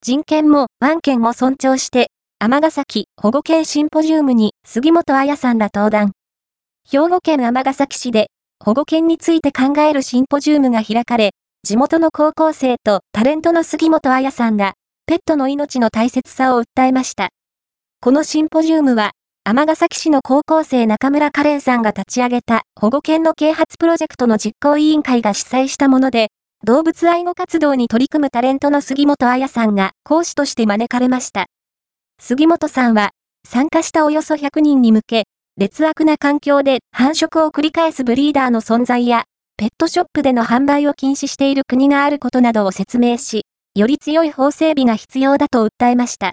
人権もワン権も尊重して、尼崎保護犬シンポジウムに杉本彩さんら登壇。兵庫県尼崎市で保護犬について考えるシンポジウムが開かれ、地元の高校生とタレントの杉本彩さんがペットの命の大切さを訴えました。このシンポジウムは、尼崎市の高校生中村カレンさんが立ち上げた保護犬の啓発プロジェクトの実行委員会が主催したもので、動物愛護活動に取り組むタレントの杉本彩さんが講師として招かれました。杉本さんは、参加したおよそ100人に向け、劣悪な環境で繁殖を繰り返すブリーダーの存在や、ペットショップでの販売を禁止している国があることなどを説明し、より強い法整備が必要だと訴えました。